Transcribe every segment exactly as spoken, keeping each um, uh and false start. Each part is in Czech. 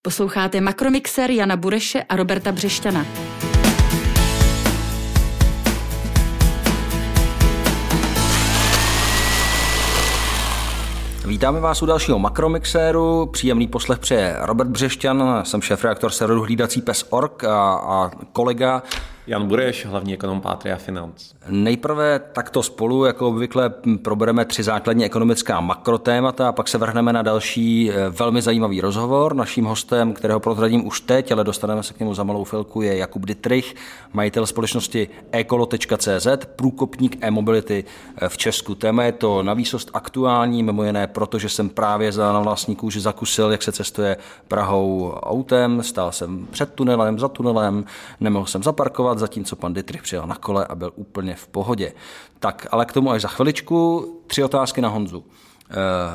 Posloucháte Makromixer Jana Bureše a Roberta Břešťana. Vítáme vás u dalšího Makromixéru. Příjemný poslech přeje Robert Břešťan, jsem šéfredaktor serveru hlídací pes tečka org a, a kolega Jan Bureš, hlavní ekonom Patria Finance. Nejprve takto spolu, jako obvykle, probereme tři základní ekonomická makrotémata a pak se vrhneme na další velmi zajímavý rozhovor. Naším hostem, kterého prozradím už teď, ale dostaneme se k němu za malou chvilku, je Jakub Dittrich, majitel společnosti ekolo tečka cé zet, průkopník e-mobility v Česku. Téma je to navýsost aktuální, mimo jiné, protože jsem právě za na vlastní kůži zakusil, jak se cestuje Prahou autem, stál jsem před tunelem, za tunelem, nemohl jsem zaparkovat, zatímco pan Dittrich přijel na kole a byl úplně v pohodě. Tak, ale k tomu až za chviličku. Tři otázky na Honzu. E,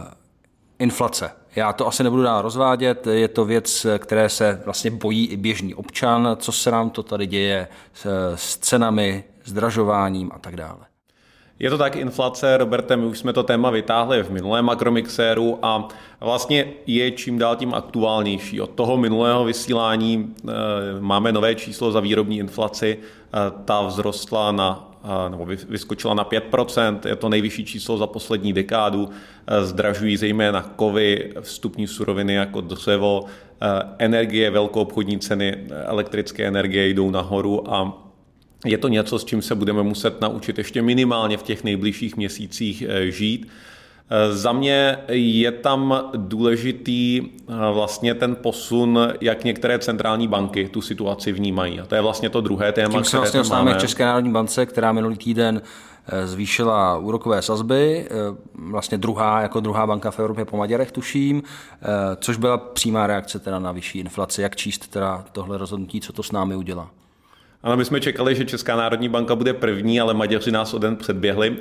inflace. Já to asi nebudu dál rozvádět, je to věc, které se vlastně bojí i běžný občan. Co se nám to tady děje s, s cenami, zdražováním a tak dále. Je to tak, inflace, Roberte, my už jsme to téma vytáhli v minulém Makromixéru a vlastně je čím dál tím aktuálnější. Od toho minulého vysílání e, máme nové číslo za výrobní inflaci, e, ta vzrostla na, e, nebo vyskočila na pět procent, je to nejvyšší číslo za poslední dekádu, e, zdražují zejména kovy, vstupní suroviny jako dřevo, e, energie, velkoobchodní ceny elektrické energie jdou nahoru a je to něco, s čím se budeme muset naučit ještě minimálně v těch nejbližších měsících žít. Za mě je tam důležitý vlastně ten posun, jak některé centrální banky tu situaci vnímají. A to je vlastně to druhé téma, tím se vlastně dostáváme k České národní bance, která minulý týden zvýšila úrokové sazby, vlastně druhá, jako druhá banka v Evropě po Maďarech, tuším, což byla přímá reakce teda na vyšší inflaci. Jak číst teda tohle rozhodnutí, co to s námi udělá? Ano, my jsme čekali, že Česká národní banka bude první, ale Maďaři nás o den předběhli.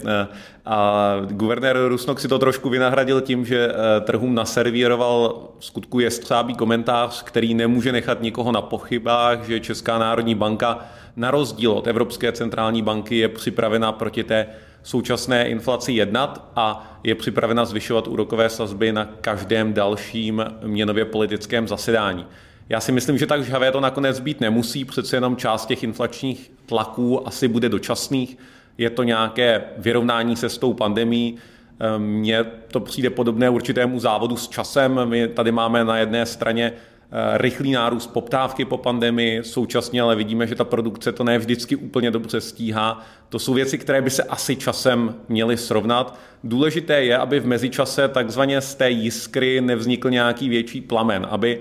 A guvernér Rusnok si to trošku vynahradil tím, že trhům naservíroval v skutku jestřábý komentář, který nemůže nechat nikoho na pochybách, že Česká národní banka na rozdíl od Evropské centrální banky je připravena proti té současné inflaci jednat a je připravena zvyšovat úrokové sazby na každém dalším měnově politickém zasedání. Já si myslím, že tak žhavé to nakonec být nemusí, přece jenom část těch inflačních tlaků asi bude dočasných. Je to nějaké vyrovnání se s tou pandemií. Mně to přijde podobné určitému závodu s časem. My tady máme na jedné straně rychlý nárůst poptávky po pandemii, současně ale vidíme, že ta produkce to ne vždycky úplně dobře stíhá. To jsou věci, které by se asi časem měly srovnat. Důležité je, aby v mezičase takzvaně z té jiskry nevznikl nějaký větší plamen, aby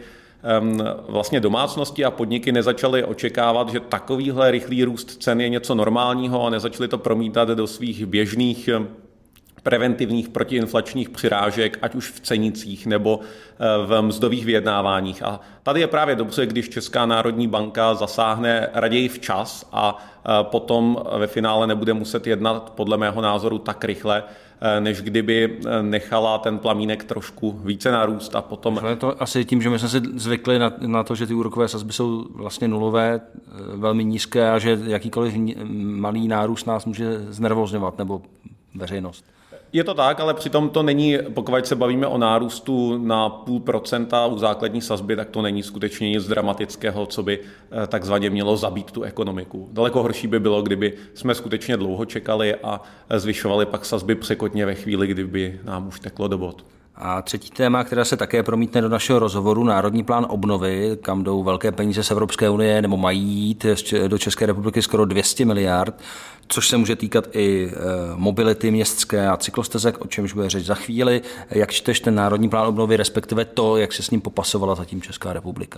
vlastně domácnosti a podniky nezačaly očekávat, že takovýhle rychlý růst cen je něco normálního a nezačaly to promítat do svých běžných preventivních protiinflačních přirážek, ať už v cenicích nebo v mzdových vyjednáváních. A tady je právě dobře, když Česká národní banka zasáhne raději včas a potom ve finále nebude muset jednat podle mého názoru tak rychle, než kdyby nechala ten plamínek trošku více narůst a potom... Je to asi tím, že my jsme si zvykli na, na to, že ty úrokové sazby jsou vlastně nulové, velmi nízké a že jakýkoliv malý nárůst nás může znervozňovat nebo veřejnost. Je to tak, ale přitom to není, pokud se bavíme o nárůstu na půl procenta u základní sazby, tak to není skutečně nic dramatického, co by takzvaně mělo zabít tu ekonomiku. Daleko horší by bylo, kdyby jsme skutečně dlouho čekali a zvyšovali pak sazby překotně ve chvíli, kdyby nám už teklo do bod. A třetí téma, která se také promítne do našeho rozhovoru, Národní plán obnovy, kam jdou velké peníze z Evropské unie, nebo mají jít do České republiky skoro dvě stě miliard, což se může týkat i mobility městské a cyklostezek, o čemž bude řeč za chvíli. Jak čteš ten Národní plán obnovy, respektive to, jak se s ním popasovala zatím Česká republika?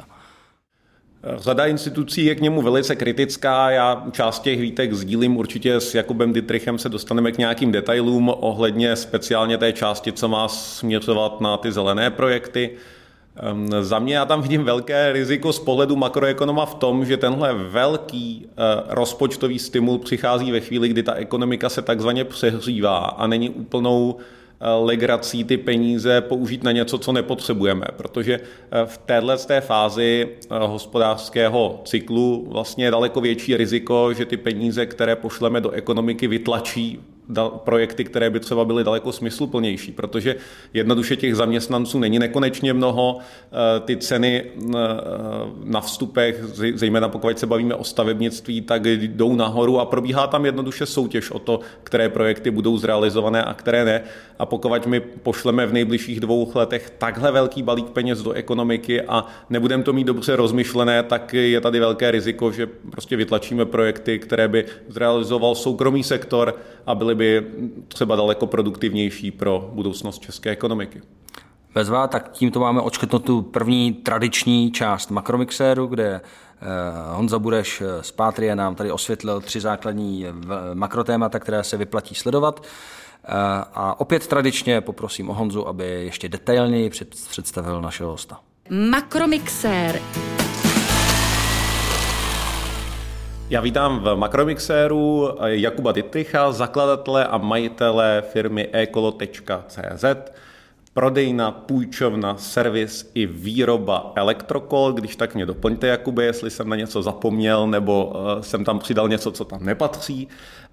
Řada institucí je k němu velice kritická, já část těch výtek sdílím, určitě s Jakubem Dittrichem se dostaneme k nějakým detailům ohledně speciálně té části, co má směřovat na ty zelené projekty. Za mě já tam vidím velké riziko z pohledu makroekonoma v tom, že tenhle velký rozpočtový stimul přichází ve chvíli, kdy ta ekonomika se takzvaně přehřívá a není úplnou legrací ty peníze použít na něco, co nepotřebujeme, protože v této fázi hospodářského cyklu vlastně je daleko větší riziko, že ty peníze, které pošleme do ekonomiky, vytlačí projekty, které by třeba byly daleko smysluplnější, protože jednoduše těch zaměstnanců není nekonečně mnoho, ty ceny na vstupech, zejména pokud se bavíme o stavebnictví, tak jdou nahoru a probíhá tam jednoduše soutěž o to, které projekty budou zrealizované a které ne. A pokud my pošleme v nejbližších dvou letech takhle velký balík peněz do ekonomiky a nebudeme to mít dobře rozmyšlené, tak je tady velké riziko, že prostě vytlačíme projekty, které by zrealizoval soukromý sektor a byly by třeba daleko produktivnější pro budoucnost české ekonomiky. Bezva, tak tímto máme odškrtnout tu první tradiční část Makromixéru, kde Honza Bureš z Patrie nám tady osvětlil tři základní makrotémata, které se vyplatí sledovat. A opět tradičně poprosím o Honzu, aby ještě detailněji představil našeho hosta. Makromixér. Já vítám v Makromixéru Jakuba Dittricha, zakladatele a majitele firmy ekolo tečka cé zet, prodejna, půjčovna, servis i výroba elektrokol. Když tak mě doplňte, Jakube, jestli jsem na něco zapomněl nebo jsem tam přidal něco, co tam nepatří.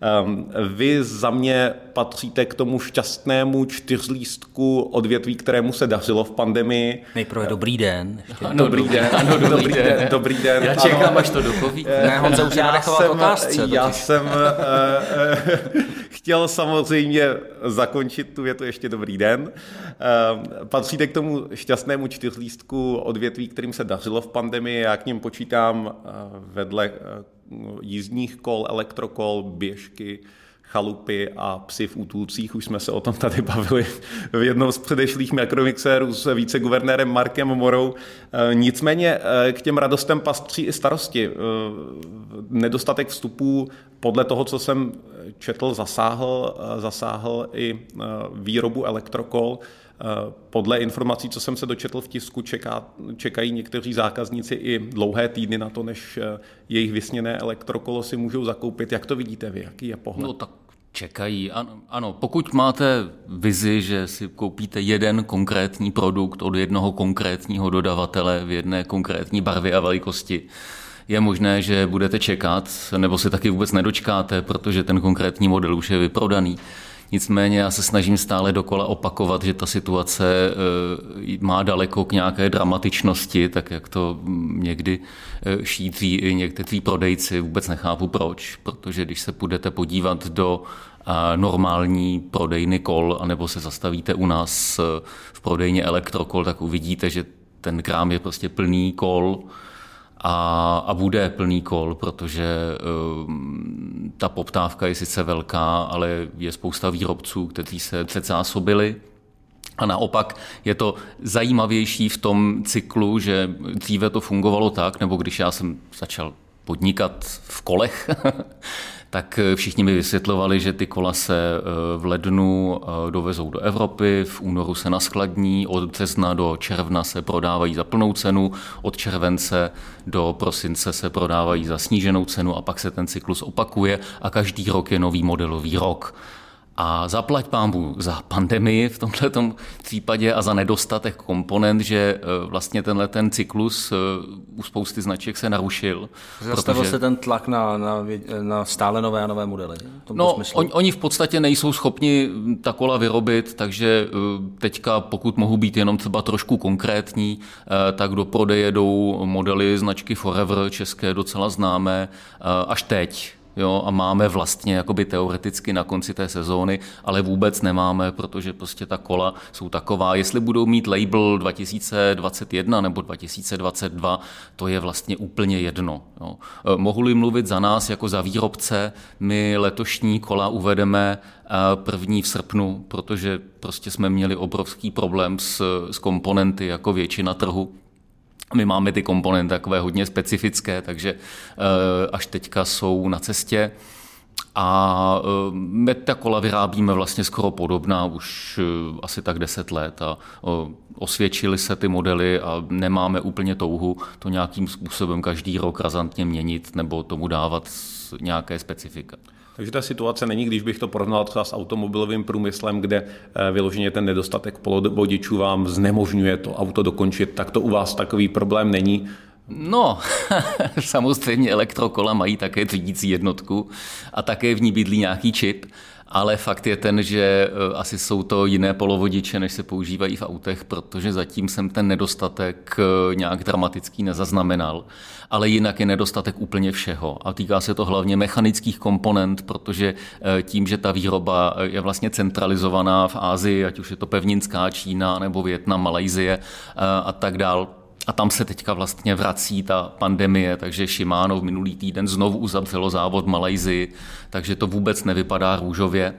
Vy za mě patříte k tomu šťastnému čtyřlístku odvětví, kterému se dařilo v pandemii. Nejprve dobrý den. Ano, dobrý den. Ano, dobrý, dobrý den. den. Dobrý den. Já čekám, ano. Až to dopoví. Ne, Honza už je nadechovat otázce. Já jsem uh, uh, chtěl samozřejmě zakončit tu větu ještě dobrý den. Uh, patříte k tomu šťastnému čtyřlístku odvětví, kterým se dařilo v pandemii. Já k ním počítám uh, vedle uh, jízdních kol, elektrokol, běžky, chalupy a psy v útulcích. Už jsme se o tom tady bavili v jednom z předešlých Makromixérů s viceguvernérem Markem Morou. Nicméně k těm radostem patří i starosti. Nedostatek vstupů podle toho, co jsem četl, zasáhl, zasáhl i výrobu elektrokol. Podle informací, co jsem se dočetl v tisku, čeká, čekají někteří zákazníci i dlouhé týdny na to, než jejich vysněné elektrokolo si můžou zakoupit. Jak to vidíte vy? Jaký je pohled? No tak čekají. Ano, ano, pokud máte vizi, že si koupíte jeden konkrétní produkt od jednoho konkrétního dodavatele v jedné konkrétní barvě a velikosti, je možné, že budete čekat, nebo se taky vůbec nedočkáte, protože ten konkrétní model už je vyprodaný. Nicméně já se snažím stále dokola opakovat, že ta situace má daleko k nějaké dramatičnosti, tak jak to někdy šíří i někteří prodejci. Vůbec nechápu proč, protože když se půjdete podívat do normální prodejny kol, anebo se zastavíte u nás v prodejně elektrokol, tak uvidíte, že ten krám je prostě plný kol, A, a bude plný kol, protože um, ta poptávka je sice velká, ale je spousta výrobců, kteří se předzásobili. A naopak je to zajímavější v tom cyklu, že dříve to fungovalo tak, nebo když já jsem začal podnikat v kolech, tak všichni mi vysvětlovali, že ty kola se v lednu dovezou do Evropy, v únoru se naskladní, od března do června se prodávají za plnou cenu, od července do prosince se prodávají za sníženou cenu a pak se ten cyklus opakuje a každý rok je nový modelový rok. A zaplať pánbůh za pandemii v tomto případě a za nedostatek komponent, že vlastně tenhle ten cyklus u spousty značek se narušil. Zastavil protože... se ten tlak na, na, na stále nové a nové modely? No, on, oni v podstatě nejsou schopni ta kola vyrobit, takže teďka, pokud mohu být jenom třeba trošku konkrétní, tak do prodeje jdou modely značky Forever, české docela známé, až teď. Jo, a máme vlastně jakoby teoreticky na konci té sezóny, ale vůbec nemáme, protože prostě ta kola jsou taková. Jestli budou mít label dva tisíce dvacet jedna nebo dva tisíce dvacet dva, to je vlastně úplně jedno. Jo. Mohu-li mluvit za nás jako za výrobce, my letošní kola uvedeme první v srpnu, protože prostě jsme měli obrovský problém s, s komponenty jako většina trhu. My máme ty komponenty takové hodně specifické, takže až teďka jsou na cestě. A my ta kola vyrábíme vlastně skoro podobná už asi tak deset let a osvědčily se ty modely a nemáme úplně touhu to nějakým způsobem každý rok razantně měnit nebo tomu dávat nějaké specifika. Takže ta situace není, když bych to porovnal třeba s automobilovým průmyslem, kde vyloženě ten nedostatek polovodičů vám znemožňuje to auto dokončit, tak to u vás takový problém není. No, samozřejmě elektrokola mají také třídící jednotku a také v ní bydlí nějaký čip, ale fakt je ten, že asi jsou to jiné polovodiče, než se používají v autech, protože zatím jsem ten nedostatek nějak dramatický nezaznamenal. Ale jinak je nedostatek úplně všeho. A týká se to hlavně mechanických komponent, protože tím, že ta výroba je vlastně centralizovaná v Asii, ať už je to pevninská Čína nebo Vietnam, Malajsie a tak dál, a tam se teďka vlastně vrací ta pandemie, takže Shimano v minulý týden znovu uzavřelo závod v Malajsii, takže to vůbec nevypadá růžově.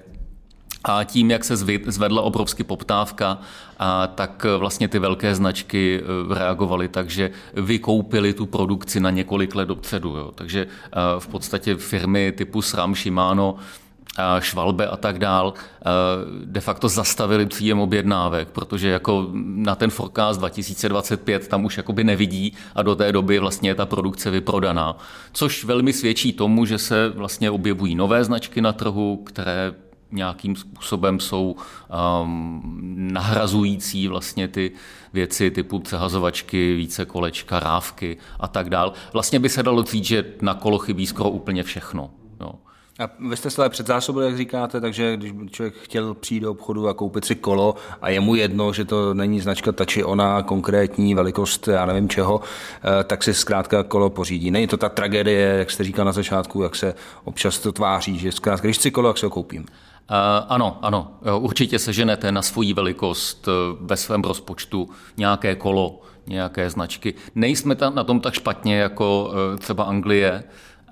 A tím, jak se zvedla obrovsky poptávka, a tak vlastně ty velké značky reagovaly tak, že vykoupily tu produkci na několik let dopředu. Jo. Takže v podstatě firmy typu SRAM, Shimano, Schwalbe a tak dál de facto zastavili příjem objednávek, protože jako na ten forecast dva tisíce dvacet pět tam už jakoby nevidí a do té doby vlastně je ta produkce vyprodaná. Což velmi svědčí tomu, že se vlastně objevují nové značky na trhu, které nějakým způsobem jsou um, nahrazující vlastně ty věci typu přehazovačky, více kolečka, rávky a tak dál. Vlastně by se dalo říct, že na kolo chybí skoro úplně všechno. Jo. A vy jste se ale předzásobili, jak říkáte, takže když by člověk chtěl přijít do obchodu a koupit si kolo a je mu jedno, že to není značka ta či ona, konkrétní velikost, já nevím čeho, tak si zkrátka kolo pořídí. Není to ta tragédie, jak jste říkal na začátku, jak se občas to tváří, že zkrátka, když chci kolo, jak se ho koupím. Uh, ano, ano, určitě seženete na svoji velikost ve svém rozpočtu nějaké kolo, nějaké značky. Nejsme tam na tom tak špatně jako třeba Anglie,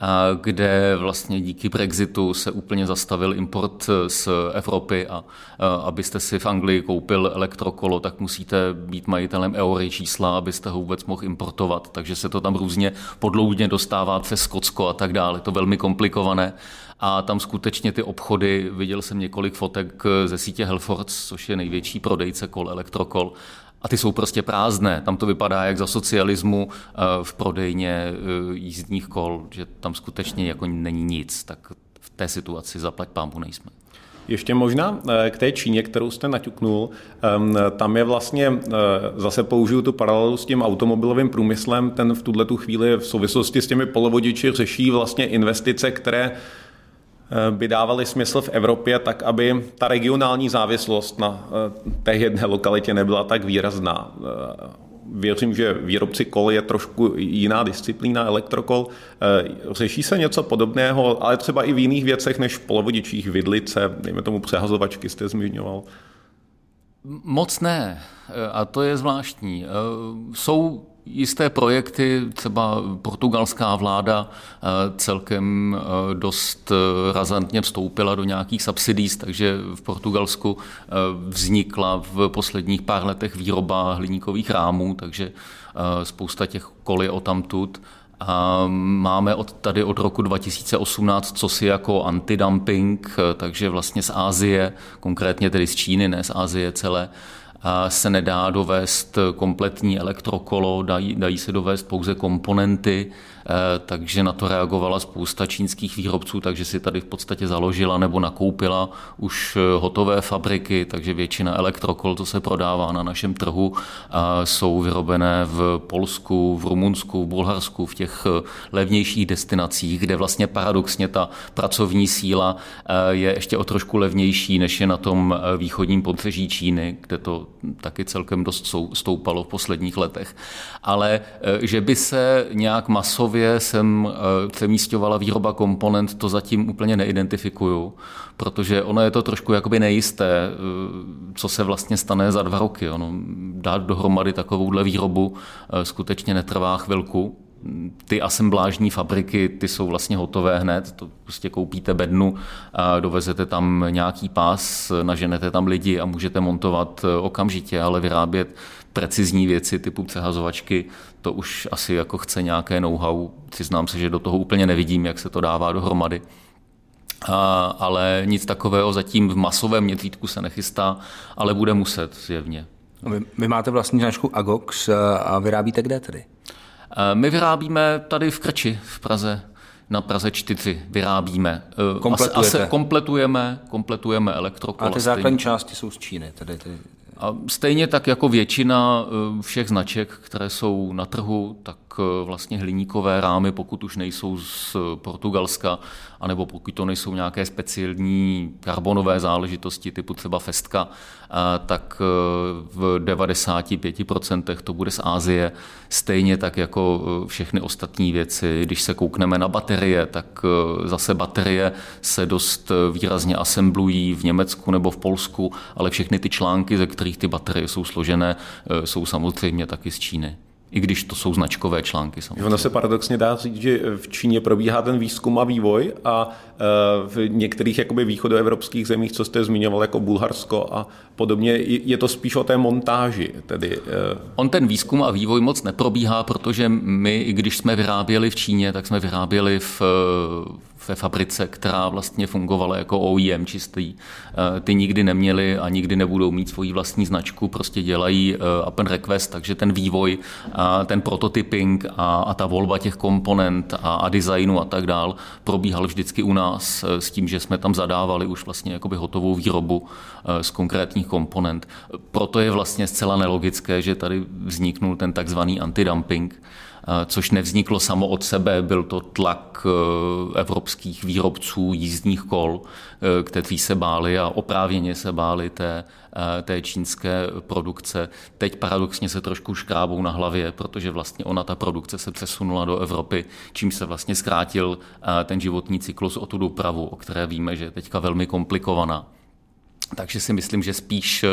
kde vlastně díky Brexitu se úplně zastavil import z Evropy a abyste si v Anglii koupil elektrokolo, tak musíte být majitelem eury čísla, abyste ho vůbec mohl importovat, takže se to tam různě podloudně dostává přes Skotsko a tak dále, je to velmi komplikované. A tam skutečně ty obchody, viděl jsem několik fotek ze sítě Halfords, což je největší prodejce kol, elektrokol, a ty jsou prostě prázdné. Tam to vypadá jak za socialismu v prodejně jízdních kol, že tam skutečně jako není nic. Tak v té situaci zaplať pánbu nejsme. Ještě možná k té Číně, kterou jste naťuknul, tam je vlastně, zase použiju tu paralelu s tím automobilovým průmyslem, ten v tuhletu chvíli v souvislosti s těmi polovodiči řeší vlastně investice, které by dávaly smysl v Evropě, tak aby ta regionální závislost na té jedné lokalitě nebyla tak výrazná. Věřím, že výrobci kol je trošku jiná disciplína, elektrokol. Řeší se něco podobného, ale třeba i v jiných věcech než v polovodičích, vidlice, dejme tomu přehazovačky jste zmiňoval. Moc ne, a to je zvláštní. Jsou jisté projekty, třeba portugalská vláda celkem dost razantně vstoupila do nějakých subsidií, takže v Portugalsku vznikla v posledních pár letech výroba hliníkových rámů, takže spousta těch kol je odtamtud. A máme od tady od roku dva tisíce osmnáct cosi jako antidumping, takže vlastně z Asie, konkrétně tedy z Číny, ne z Asie celé, se nedá dovést kompletní elektrokolo, dají, dají se dovést pouze komponenty, takže na to reagovala spousta čínských výrobců, takže si tady v podstatě založila nebo nakoupila už hotové fabriky, takže většina elektrokol, co se prodává na našem trhu, jsou vyrobené v Polsku, v Rumunsku, v Bulharsku, v těch levnějších destinacích, kde vlastně paradoxně ta pracovní síla je ještě o trošku levnější, než je na tom východním pobřeží Číny, kde to taky celkem dost stoupalo v posledních letech. Ale že by se nějak masově sem přemísťovala výroba komponent, to zatím úplně neidentifikuju, protože ono je to trošku jakoby nejisté, co se vlastně stane za dva roky. Ono, dát dohromady takovouhle výrobu skutečně netrvá chvilku. Ty asemblážní fabriky, ty jsou vlastně hotové hned, to prostě koupíte bednu, a dovezete tam nějaký pás, naženete tam lidi a můžete montovat okamžitě, ale vyrábět precizní věci typu přehazovačky, to už asi jako chce nějaké know-how. Přiznám se, že do toho úplně nevidím, jak se to dává dohromady. A, ale nic takového zatím v masovém měřítku se nechystá, ale bude muset zjevně. Vy, vy máte vlastní značku Agox a vyrábíte kde tedy? My vyrábíme tady v Krči, v Praze, na Praze čtyři vyrábíme. Kompletujete? Asi, asi kompletujeme, kompletujeme elektrokolo. A ty základní části jsou z Číny? Tedy ty... A stejně tak jako většina všech značek, které jsou na trhu, tak vlastně hliníkové rámy, pokud už nejsou z Portugalska, anebo pokud to nejsou nějaké speciální karbonové záležitosti typu třeba Festka, tak v devadesát pět procent to bude z Asie. Stejně tak jako všechny ostatní věci. Když se koukneme na baterie, tak zase baterie se dost výrazně asemblují v Německu nebo v Polsku, ale všechny ty články, ze kterých ty baterie jsou složené, jsou samozřejmě taky z Číny. I když to jsou značkové články. Samozřejmě. Ono se paradoxně dá říct, že v Číně probíhá ten výzkum a vývoj a v některých jakoby východoevropských zemích, co jste zmiňoval, jako Bulharsko a podobně, je to spíš o té montáži. Tedy. On ten výzkum a vývoj moc neprobíhá, protože my, i když jsme vyráběli v Číně, tak jsme vyráběli v ve fabrice, která vlastně fungovala jako O E M čistý. Ty nikdy neměli a nikdy nebudou mít svoji vlastní značku, prostě dělají up and request, takže ten vývoj, ten prototyping a, a ta volba těch komponent a, a designu a tak dál probíhal vždycky u nás s tím, že jsme tam zadávali už vlastně jakoby hotovou výrobu z konkrétních komponent. Proto je vlastně zcela nelogické, že tady vzniknul ten takzvaný antidumping, což nevzniklo samo od sebe, byl to tlak evropských výrobců jízdních kol, kteří se báli a oprávněně se báli té, té čínské produkce. Teď paradoxně se trošku škrábou na hlavě, protože vlastně ona, ta produkce se přesunula do Evropy, čím se vlastně zkrátil ten životní cyklus o tu dopravu, o které víme, že je teďka velmi komplikovaná. Takže si myslím, že spíš,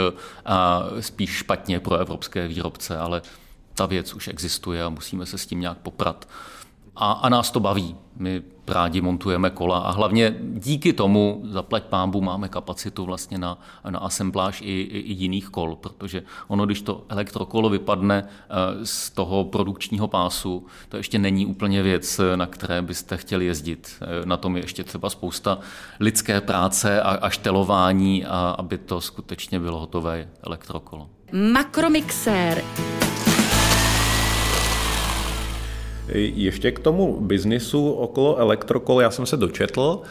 spíš špatně pro evropské výrobce, ale ta věc už existuje a musíme se s tím nějak poprat. A, a nás to baví. My rádi montujeme kola a hlavně díky tomu, zaplať pánbůh, máme kapacitu vlastně na, na asembláž i, i, i jiných kol, protože ono, když to elektrokolo vypadne z toho produkčního pásu, to ještě není úplně věc, na které byste chtěli jezdit. Na tom je ještě třeba spousta lidské práce a, a štelování, a, aby to skutečně bylo hotové elektrokolo. Makromixér. Ještě k tomu biznisu okolo elektrokol, já jsem se dočetl,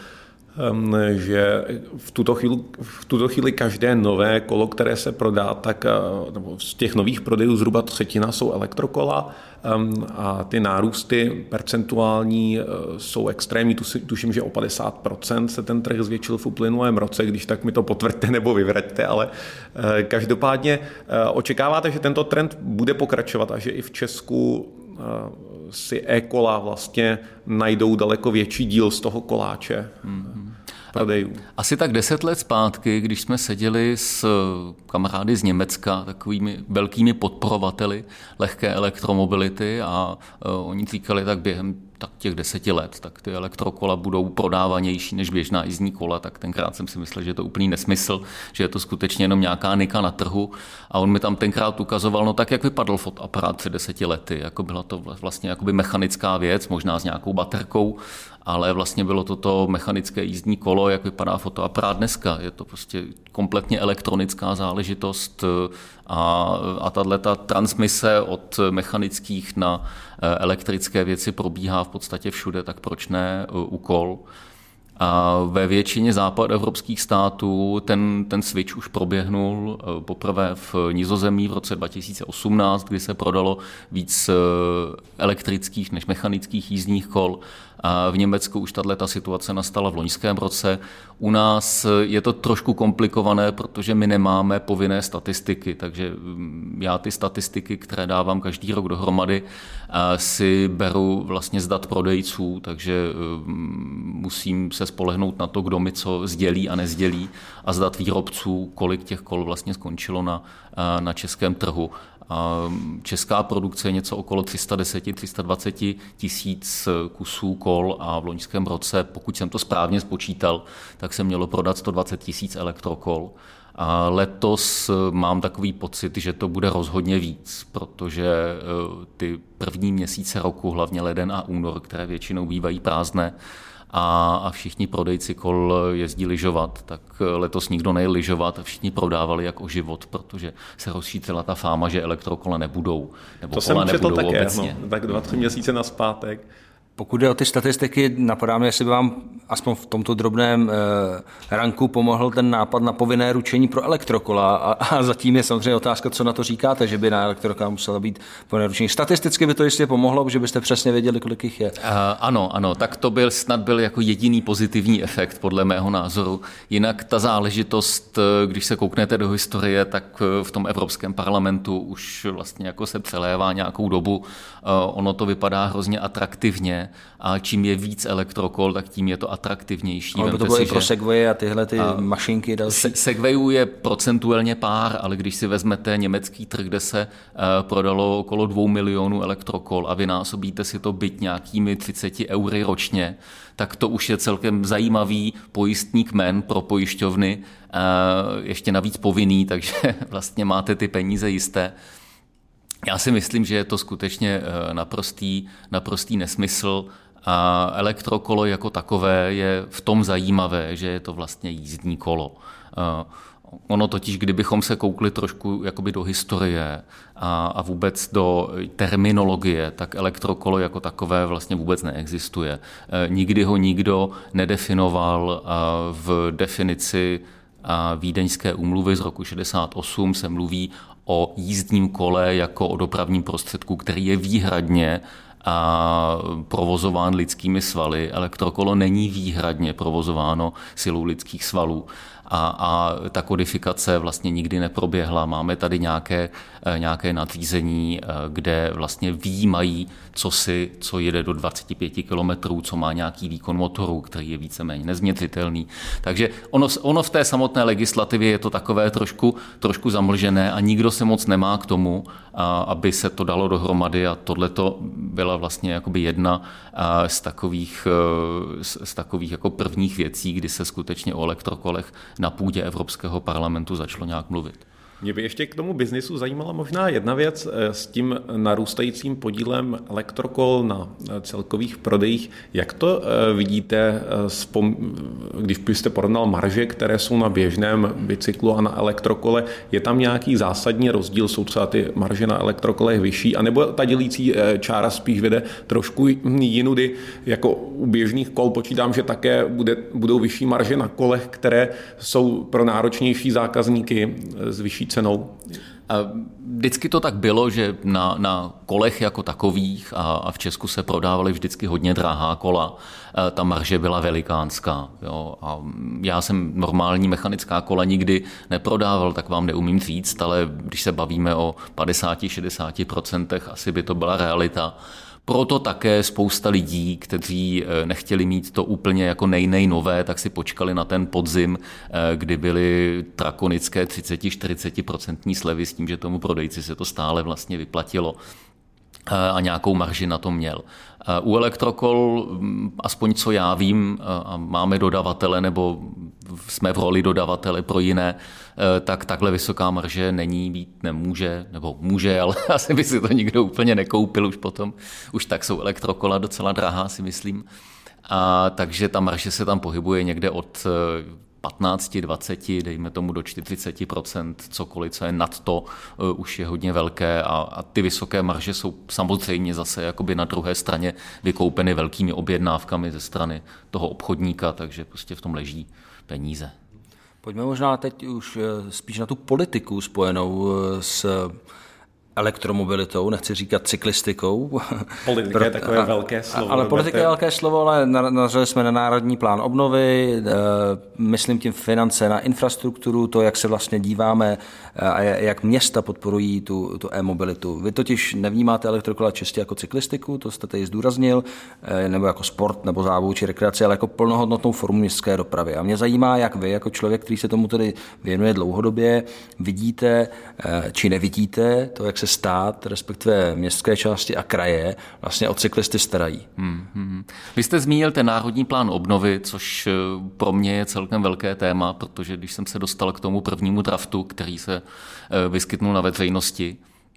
že v tuto chvíli, v tuto chvíli každé nové kolo, které se prodá, tak nebo z těch nových prodejů zhruba třetina jsou elektrokola a ty nárůsty percentuální jsou extrémní. Tuším, že o padesát procent se ten trh zvětšil v uplynulém roce, když tak mi to potvrďte nebo vyvraťte, ale každopádně očekáváte, že tento trend bude pokračovat a že i v Česku si e-kola vlastně najdou daleko větší díl z toho koláče mm-hmm. prodejů. Asi tak deset let zpátky, když jsme seděli s kamarády z Německa, takovými velkými podporovateli lehké elektromobility a uh, oni říkali, tak během tak těch deseti let, tak ty elektrokola budou prodávanější než běžná jízdní kola, tak tenkrát jsem si myslel, že je to úplný nesmysl, že je to skutečně jenom nějaká nika na trhu a on mi tam tenkrát ukazoval, no tak jak vypadl fotoaparát před deseti lety, jako byla to vlastně jakoby mechanická věc, možná s nějakou baterkou, ale vlastně bylo to to mechanické jízdní kolo, jak vypadá fotoaparát dneska. Je to prostě kompletně elektronická záležitost a, a tato transmise od mechanických na elektrické věci probíhá v podstatě všude, tak proč ne u kol. A ve většině západoevropských států ten, ten switch už proběhnul poprvé v Nizozemí v roce dva tisíce osmnáct, kdy se prodalo víc elektrických než mechanických jízdních kol. A v Německu už tato situace nastala v loňském roce. U nás je to trošku komplikované, protože my nemáme povinné statistiky, takže já ty statistiky, které dávám každý rok dohromady, si beru vlastně z dat prodejců, takže musím se spolehnout na to, kdo mi co sdělí a nezdělí, a z dat výrobců, kolik těch kol vlastně skončilo na, na českém trhu. A česká produkce je něco okolo tři sta deset až tři sta dvacet tisíc kusů kol a v loňském roce, pokud jsem to správně spočítal, tak se mělo prodat sto dvacet tisíc elektrokol. A letos mám takový pocit, že to bude rozhodně víc, protože ty první měsíce roku, hlavně leden a únor, které většinou bývají prázdné, a, a všichni prodejci kol jezdí lyžovat, tak letos nikdo nejel lyžovat a všichni prodávali jak o život, protože se rozšířila ta fáma, že elektrokola nebudou, nebo to kola jsem četl nebudou také, obecně. No, tak dva, tři měsíce nazpátek. Pokud jde o ty statistiky, napadá mě, jestli by vám aspoň v tomto drobném eh, ranku pomohl ten nápad na povinné ručení pro elektrokola a, a zatím je samozřejmě otázka, co na to říkáte, že by na elektrokola musela být povinné ručení. Statisticky by to jistě pomohlo, že byste přesně věděli, kolik jich je. Uh, ano, ano, tak to byl snad byl jako jediný pozitivní efekt podle mého názoru. Jinak ta záležitost, když se kouknete do historie, tak v tom Evropském parlamentu už vlastně jako se přelévá nějakou dobu. Uh, ono to vypadá hrozně atraktivně. A čím je víc elektrokol, tak tím je to atraktivnější. Ale to bylo si, i pro Segway a tyhle ty a mašinky další. Se, Segwayů je procentuálně pár, ale když si vezmete německý trh, kde se uh, prodalo okolo dvou milionů elektrokol a vynásobíte si to byť nějakými třiceti eury ročně, tak to už je celkem zajímavý pojistný kmen pro pojišťovny, uh, ještě navíc povinný, takže vlastně máte ty peníze jisté. Já si myslím, že je to skutečně naprostý, naprostý nesmysl a elektrokolo jako takové je v tom zajímavé, že je to vlastně jízdní kolo. Ono totiž, kdybychom se koukli trošku jakoby do historie a, a vůbec do terminologie, tak elektrokolo jako takové vlastně vůbec neexistuje. Nikdy ho nikdo nedefinoval v definici Vídeňské úmluvy z roku šedesát osm se mluví o jízdním kole jako o dopravním prostředku, který je výhradně a provozován lidskými svaly. Elektrokolo není výhradně provozováno silou lidských svalů. A, a ta kodifikace vlastně nikdy neproběhla. Máme tady nějaké, nějaké nadřízení, kde vlastně výjímají, co si, co jede do dvacet pět kilometrů, co má nějaký výkon motoru, který je víceméně nezměřitelný. Takže ono, ono v té samotné legislativě je to takové trošku, trošku zamlžené a nikdo se moc nemá k tomu, aby se to dalo dohromady a tohleto byla vlastně jakoby jedna z takových, z takových jako prvních věcí, kdy se skutečně o elektrokolech na půdě Evropského parlamentu začalo nějak mluvit. Mě by ještě k tomu biznisu zajímala možná jedna věc s tím narůstajícím podílem elektrokol na celkových prodejích. Jak to vidíte, když byste porovnal marže, které jsou na běžném bicyklu a na elektrokole, je tam nějaký zásadní rozdíl, jsou třeba ty marže na elektrokolech vyšší, anebo ta dělící čára spíš vede trošku jinudy, jako u běžných kol počítám, že také bude, budou vyšší marže na kolech, které jsou pro náročnější zákazníky s vyšší cenou? Vždycky to tak bylo, že na, na kolech jako takových a, a v Česku se prodávaly vždycky hodně drahá kola. Ta marže byla velikánská. Jo. A já jsem normální mechanická kola nikdy neprodával, tak vám neumím říct, ale když se bavíme o padesát až šedesát procent, asi by to byla realita. Proto také spousta lidí, kteří nechtěli mít to úplně jako nej-nej nové, tak si počkali na ten podzim, kdy byly drakonické třicet až čtyřicet procent slevy s tím, že tomu prodejci se to stále vlastně vyplatilo a nějakou marži na to měl. U elektrokol, aspoň co já vím, a máme dodavatele nebo jsme v roli dodavatele pro jiné, tak takhle vysoká marže není, být nemůže, nebo může, ale asi by si to nikdo úplně nekoupil už potom. Už tak jsou elektrokola docela drahá, si myslím. A takže ta marže se tam pohybuje někde od patnáct, dvacet, dejme tomu do čtyřicet procent, cokoliv, co je nad to, uh, už je hodně velké a, a ty vysoké marže jsou samozřejmě zase jakoby na druhé straně vykoupeny velkými objednávkami ze strany toho obchodníka, takže prostě v tom leží peníze. Pojďme možná teď už spíš na tu politiku spojenou s elektromobilitou, nechci říkat cyklistikou. Politika je takové velké slovo. Ale politika je velké slovo, ale narazili jsme na národní plán obnovy, myslím tím finance na infrastrukturu, to, jak se vlastně díváme a jak města podporují tu, tu e-mobilitu. Vy totiž nevnímáte elektrokola čistě jako cyklistiku, to jste tady zdůraznil, nebo jako sport, nebo zábavu či rekreaci, ale jako plnohodnotnou formu městské dopravy. A mě zajímá, jak vy, jako člověk, který se tomu tedy věnuje dlouhodobě, vidíte či nevidíte to, jak se stát, respektive městské části a kraje vlastně o cyklisty starají. Hmm, hmm. Vy jste zmínil ten národní plán obnovy, což pro mě je celkem velké téma, protože když jsem se dostal k tomu prvnímu draftu, který se vyskytnul na veřejnosti,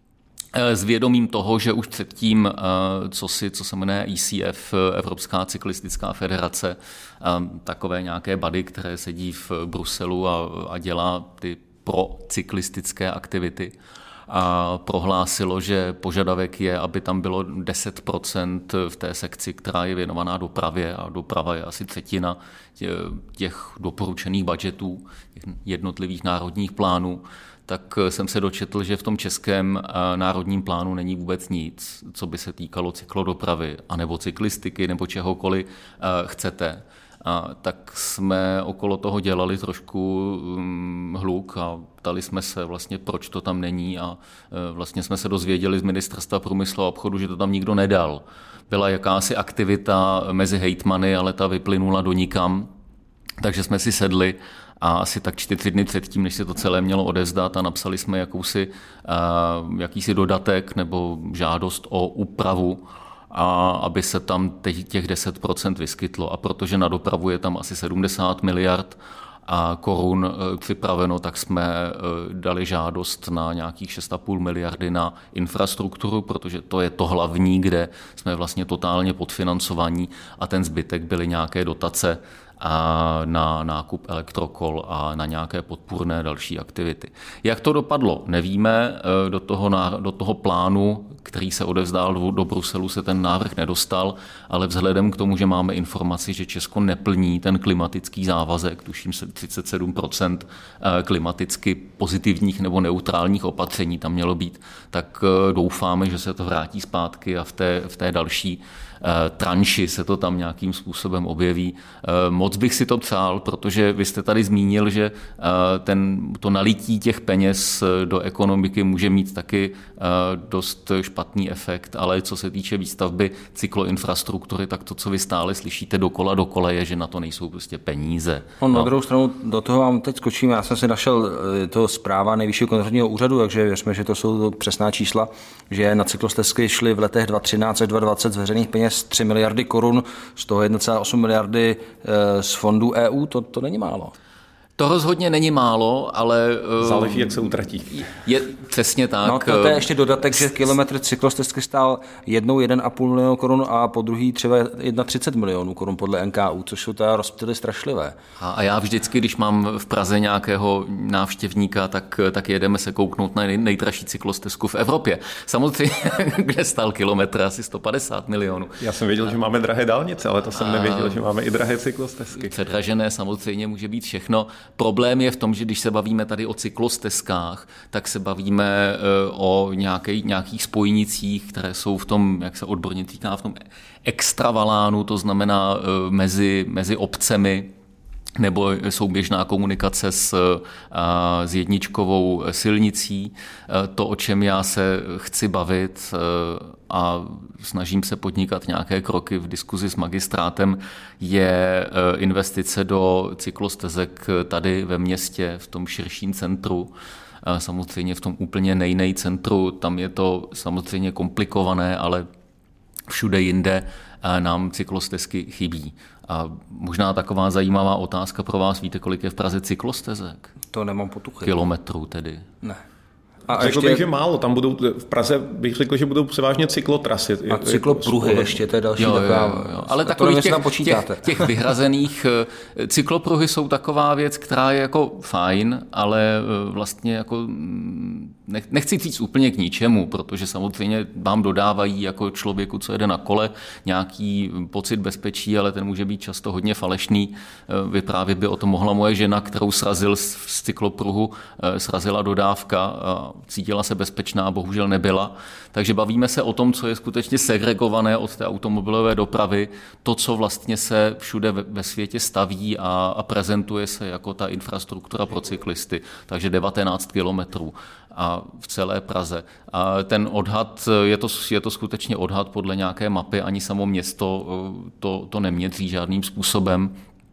s vědomím toho, že už předtím, co, si, co se jmenuje E C F, Evropská cyklistická federace, takové nějaké body, které sedí v Bruselu a, a dělá ty procyklistické aktivity, a prohlásilo, že požadavek je, aby tam bylo deset procent v té sekci, která je věnovaná dopravě, a doprava je asi třetina těch doporučených budgetů, těch jednotlivých národních plánů, tak jsem se dočetl, že v tom českém národním plánu není vůbec nic, co by se týkalo cyklodopravy, anebo cyklistiky, nebo čehokoliv chcete. A tak jsme okolo toho dělali trošku um, hluk a ptali jsme se vlastně, proč to tam není, a uh, vlastně jsme se dozvěděli z Ministerstva průmyslu a obchodu, že to tam nikdo nedal. Byla jakási aktivita mezi hejtmany, ale ta vyplynula do nikam, takže jsme si sedli a asi tak čtyři dny předtím, než se to celé mělo odevzdat, a napsali jsme jakousi, uh, jakýsi dodatek nebo žádost o úpravu, a aby se tam těch deset procent vyskytlo. A protože na dopravu je tam asi sedmdesát miliard a korun připraveno, tak jsme dali žádost na nějakých šest a půl miliardy na infrastrukturu, protože to je to hlavní, kde jsme vlastně totálně podfinancovaní, a ten zbytek byly nějaké dotace a na nákup elektrokol a na nějaké podpůrné další aktivity. Jak to dopadlo, nevíme. Do toho, do toho plánu, který se odevzdal do, do Bruselu, se ten návrh nedostal, ale vzhledem k tomu, že máme informaci, že Česko neplní ten klimatický závazek, tuším se třicet sedm procent klimaticky pozitivních nebo neutrálních opatření tam mělo být, tak doufáme, že se to vrátí zpátky a v té, v té další tranši se to tam nějakým způsobem objeví. Moc bych si to přál, protože vy jste tady zmínil, že ten, to nalití těch peněz do ekonomiky může mít taky dost špatný efekt, ale co se týče výstavby cykloinfrastruktury, tak to, co vy stále slyšíte dokola dokola, je, že na to nejsou prostě peníze. On no. Na druhou stranu do toho vám teď skočím. Já jsem si našel to zpráva Nejvyššího kontrolního úřadu, takže věřme, že to jsou přesná čísla, že na cyklostezky šly v letech dva tisíce třináct až dva tisíce dvacet z veřejných peněz tři miliardy korun, z toho jedna celá osm miliardy z fondů E U, to, to není málo. To rozhodně není málo, ale... Záleží, jak se utratí. Je přesně tak. No to, to je ještě dodatek, že kilometr cyklostezky stál jednou jeden a půl milionu korun a po druhý třeba třicet jedna milionů korun podle N K U, což jsou teda rozptyly strašlivé. A, a já vždycky, když mám v Praze nějakého návštěvníka, tak, tak jedeme se kouknout na nej, nejdražší cyklostezku v Evropě. Samozřejmě, kde stál kilometr asi sto padesát milionů. Já jsem věděl, že máme drahé dálnice, ale to jsem a... nevěděl, že máme i drahé cyklostezky. Předražené samozřejmě může být všechno. Problém je v tom, že když se bavíme tady o cyklostezkách, tak se bavíme o nějaký, nějakých spojnicích, které jsou v tom, jak se odborně říká, v tom extravalánu, to znamená mezi, mezi obcemi, nebo souběžná komunikace s, s jedničkovou silnicí. To, o čem já se chci bavit a snažím se podnikat nějaké kroky v diskuzi s magistrátem, je investice do cyklostezek tady ve městě, v tom širším centru. Samozřejmě v tom úplně nejnej centru, tam je to samozřejmě komplikované, ale všude jinde nám cyklostezky chybí. A možná taková zajímavá otázka pro vás, víte, kolik je v Praze cyklostezek? To nemám potuchy. Kilometrů tedy. Ne. A řekl ještě... bych, že málo. Tam budou, v Praze bych řekl, že budou převážně cyklotrasy. A cyklopruhy ještě, to je další jo, taková... Jo, jo. Ale takových těch, těch, těch vyhrazených cyklopruhy jsou taková věc, která je jako fajn, ale vlastně jako nechci říct úplně k ničemu, protože samozřejmě vám dodávají jako člověku, co jede na kole, nějaký pocit bezpečí, ale ten může být často hodně falešný. Vyprávět by o tom mohla moje žena, kterou srazil z cyklopruhu, srazila dodávka, cítila se bezpečná, bohužel nebyla. Takže bavíme se o tom, co je skutečně segregované od té automobilové dopravy, to, co vlastně se všude ve světě staví a, a prezentuje se jako ta infrastruktura pro cyklisty. Takže devatenáct kilometrů a v celé Praze. A ten odhad, je to, je to skutečně odhad podle nějaké mapy, ani samo město to, to neměří žádným způsobem.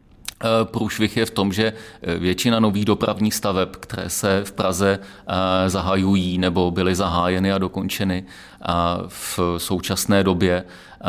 Průšvih je v tom, že většina nových dopravních staveb, které se v Praze zahajují nebo byly zahájeny a dokončeny v současné době,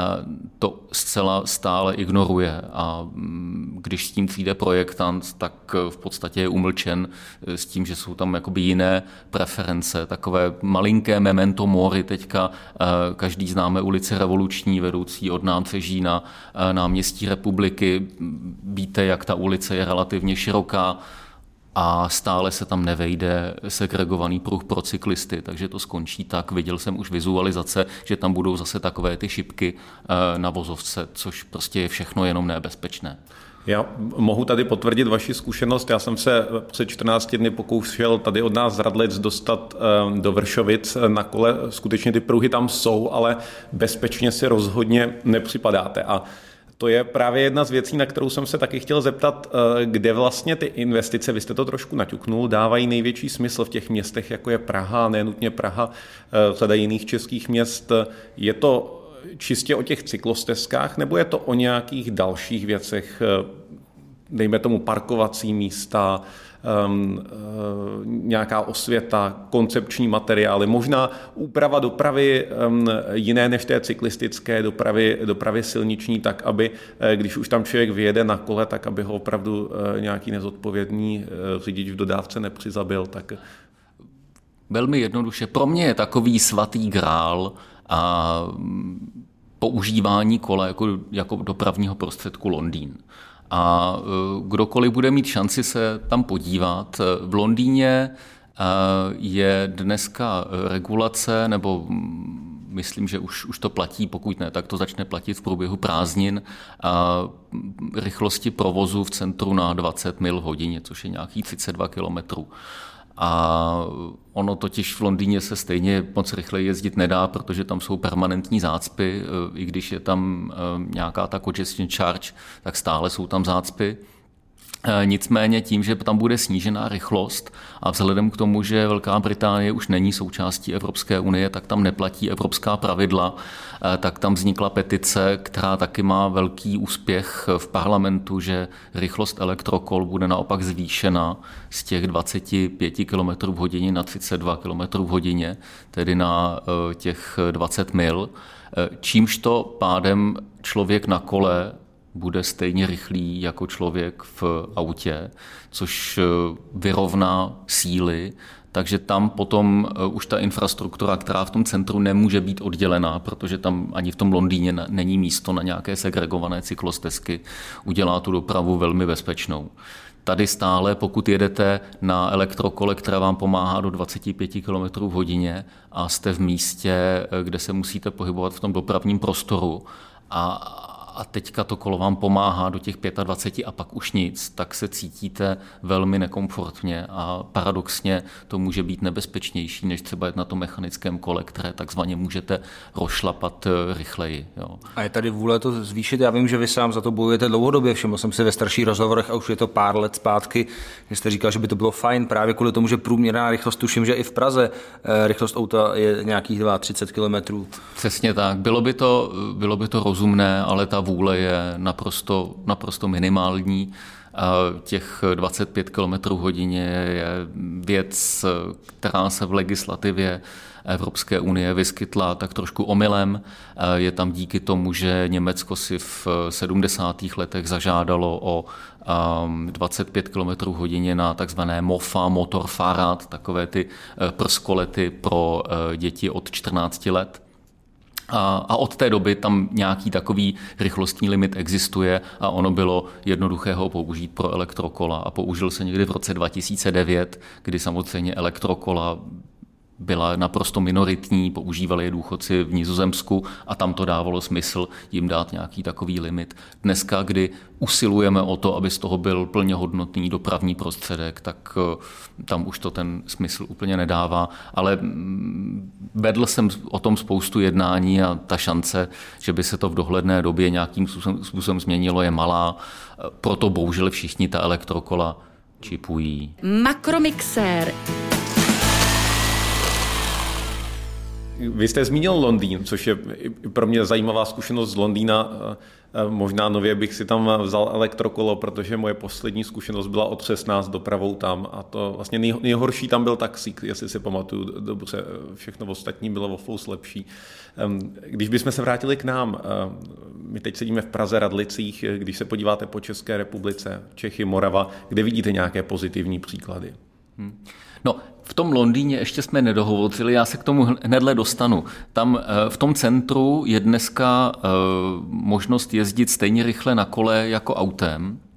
to zcela stále ignoruje. A když s tím přijde projektant, tak v podstatě je umlčen s tím, že jsou tam jakoby jiné preference. Takové malinké memento mori. Teďka každý známe ulici Revoluční, vedoucí od Nábřeží na náměstí Republiky. Víte, jak ta ulice je relativně široká. a stále se tam nevejde segregovaný pruh pro cyklisty, takže to skončí tak. Viděl jsem už vizualizace, že tam budou zase takové ty šipky na vozovce, což prostě je všechno jenom nebezpečné. Já mohu tady potvrdit vaši zkušenost. Já jsem se před čtrnácti dny pokoušel tady od nás z Radlic dostat do Vršovic na kole. Skutečně ty pruhy tam jsou, ale bezpečně si rozhodně nepřipadáte. A to je právě jedna z věcí, na kterou jsem se taky chtěl zeptat, kde vlastně ty investice, vy jste to trošku naťuknul, dávají největší smysl v těch městech, jako je Praha, nenutně Praha, řada jiných českých měst. Je to čistě o těch cyklostezkách, nebo je to o nějakých dalších věcech, dejme tomu parkovací místa, um, uh, nějaká osvěta, koncepční materiály, možná úprava dopravy um, jiné než té cyklistické, dopravy, dopravy silniční, tak aby, když už tam člověk vyjede na kole, tak aby ho opravdu uh, nějaký nezodpovědný uh, řidič v dodávce nepřizabil. Tak... Velmi jednoduše. Pro mě je takový svatý grál a používání kola jako, jako dopravního prostředku Londýn. A kdokoliv bude mít šanci se tam podívat, v Londýně je dneska regulace, nebo myslím, že už, už to platí, pokud ne, tak to začne platit v průběhu prázdnin, rychlosti provozu v centru na dvacet mil v hodině, což je nějakých třicet dva kilometrů. A ono totiž v Londýně se stejně moc rychle jezdit nedá, protože tam jsou permanentní zácpy, i když je tam nějaká ta congestion charge, tak stále jsou tam zácpy. Nicméně tím, že tam bude snížená rychlost a vzhledem k tomu, že Velká Británie už není součástí Evropské unie, tak tam neplatí evropská pravidla, tak tam vznikla petice, která taky má velký úspěch v parlamentu, že rychlost elektrokol bude naopak zvýšena z těch dvacet pět kilometrů v hodině na třicet dva kilometrů v hodině, tedy na těch dvacet mil, čímž to pádem člověk na kole bude stejně rychlý jako člověk v autě, což vyrovná síly, takže tam potom už ta infrastruktura, která v tom centru nemůže být oddělená, protože tam ani v tom Londýně není místo na nějaké segregované cyklostezky, udělá tu dopravu velmi bezpečnou. Tady stále, pokud jedete na elektrokole, které vám pomáhá do dvacet pět kilometrů v hodině a jste v místě, kde se musíte pohybovat v tom dopravním prostoru a a teďka to kolo vám pomáhá do těch dvacet pět a pak už nic, tak se cítíte velmi nekomfortně a paradoxně to může být nebezpečnější, než třeba jet na tom mechanickém kole, které takzvaně můžete rozšlapat rychleji. Jo. A je tady vůle to zvýšit? Já vím, že vy sám za to bojujete dlouhodobě, všiml jsem si ve starších rozhovorech a už je to pár let zpátky, že jste říkal, že by to bylo fajn právě kvůli tomu, že průměrná rychlost, tuším, že i v Praze rychlost auta je nějakých třicet dva kilometrů. Přesně tak. Bylo by to, bylo by to rozumné, ale ta vůle je naprosto, naprosto minimální. Těch dvacet pět kilometrů hodině je věc, která se v legislativě Evropské unie vyskytla tak trošku omylem. Je tam díky tomu, že Německo si v sedmdesátých letech zažádalo o dvacet pět kilometrů hodině na takzvané MOFA, Motorfahrrad, takové ty prskolety pro děti od čtrnácti let. A od té doby tam nějaký takový rychlostní limit existuje a ono bylo jednoduché ho použít pro elektrokola. A použil se někdy v roce dva tisíce devět, kdy samozřejmě elektrokola byla naprosto minoritní, používali je důchodci v Nizozemsku a tam to dávalo smysl jim dát nějaký takový limit. Dneska, kdy usilujeme o to, aby z toho byl plně hodnotný dopravní prostředek, tak tam už to ten smysl úplně nedává. Ale vedl jsem o tom spoustu jednání a ta šance, že by se to v dohledné době nějakým způsobem změnilo, je malá. Proto bohužel všichni ta elektrokola čipují. Makromixér. Vy jste zmínil Londýn, což je pro mě zajímavá zkušenost z Londýna. Možná nově bych si tam vzal elektrokolo, protože moje poslední zkušenost byla otřes nás dopravou tam a to vlastně nejhorší tam byl taxík, jestli si pamatuju dobře, všechno ostatní bylo o flous lepší. Když bychom se vrátili k nám, my teď sedíme v Praze, Radlicích, když se podíváte po České republice, Čechy, Morava, kde vidíte nějaké pozitivní příklady? Hmm. No, v tom Londýně ještě jsme nedohovořili, já se k tomu hnedle dostanu. Tam v tom centru je dneska možnost jezdit stejně rychle na kole jako autem.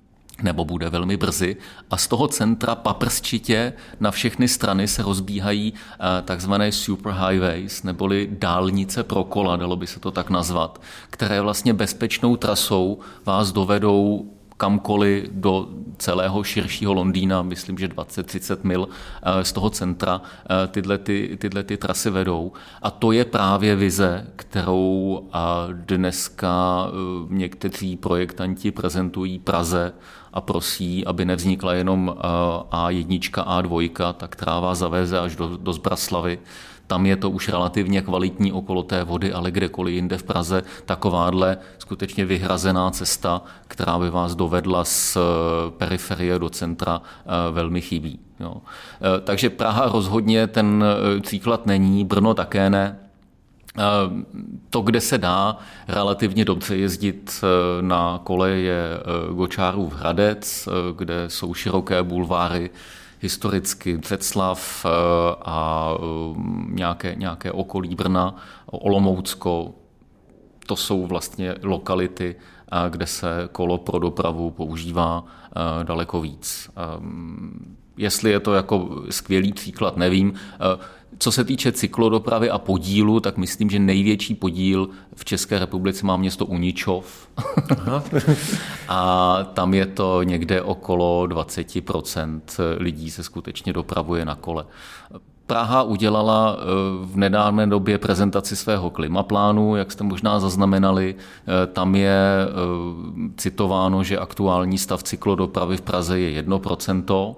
nebo bude velmi brzy. A z toho centra paprsčitě na všechny strany se rozbíhají takzvané superhighways, neboli dálnice pro kola, dalo by se to tak nazvat, které vlastně bezpečnou trasou vás dovedou kamkoliv do celého širšího Londýna, myslím, že dvacet třicet mil z toho centra tyhle, ty, tyhle ty trasy vedou. A to je právě vize, kterou dneska někteří projektanti prezentují Praze a prosí, aby nevznikla jenom á jedna, á dva, ta, která vás zaveze až do, do Zbraslavy. Tam je to už relativně kvalitní okolo té vody, ale kdekoliv jinde v Praze takováhle skutečně vyhrazená cesta, která by vás dovedla z periferie do centra, velmi chybí. Jo. Takže Praha rozhodně ten příklad není, Brno také ne. To, kde se dá relativně dobře jezdit na kole, je Gočárův Hradec, kde jsou široké bulváry, historicky Břeclav a nějaké, nějaké okolí Brna, Olomoucko. To jsou vlastně lokality, kde se kolo pro dopravu používá daleko víc. Jestli je to jako skvělý příklad, nevím. Co se týče cyklodopravy a podílu, tak myslím, že největší podíl v České republice má město Uničov. A tam je to někde okolo dvacet procent lidí se skutečně dopravuje na kole. Praha udělala v nedávné době prezentaci svého klimaplánu, jak jste možná zaznamenali. Tam je citováno, že aktuální stav cyklodopravy v Praze je jedno procento.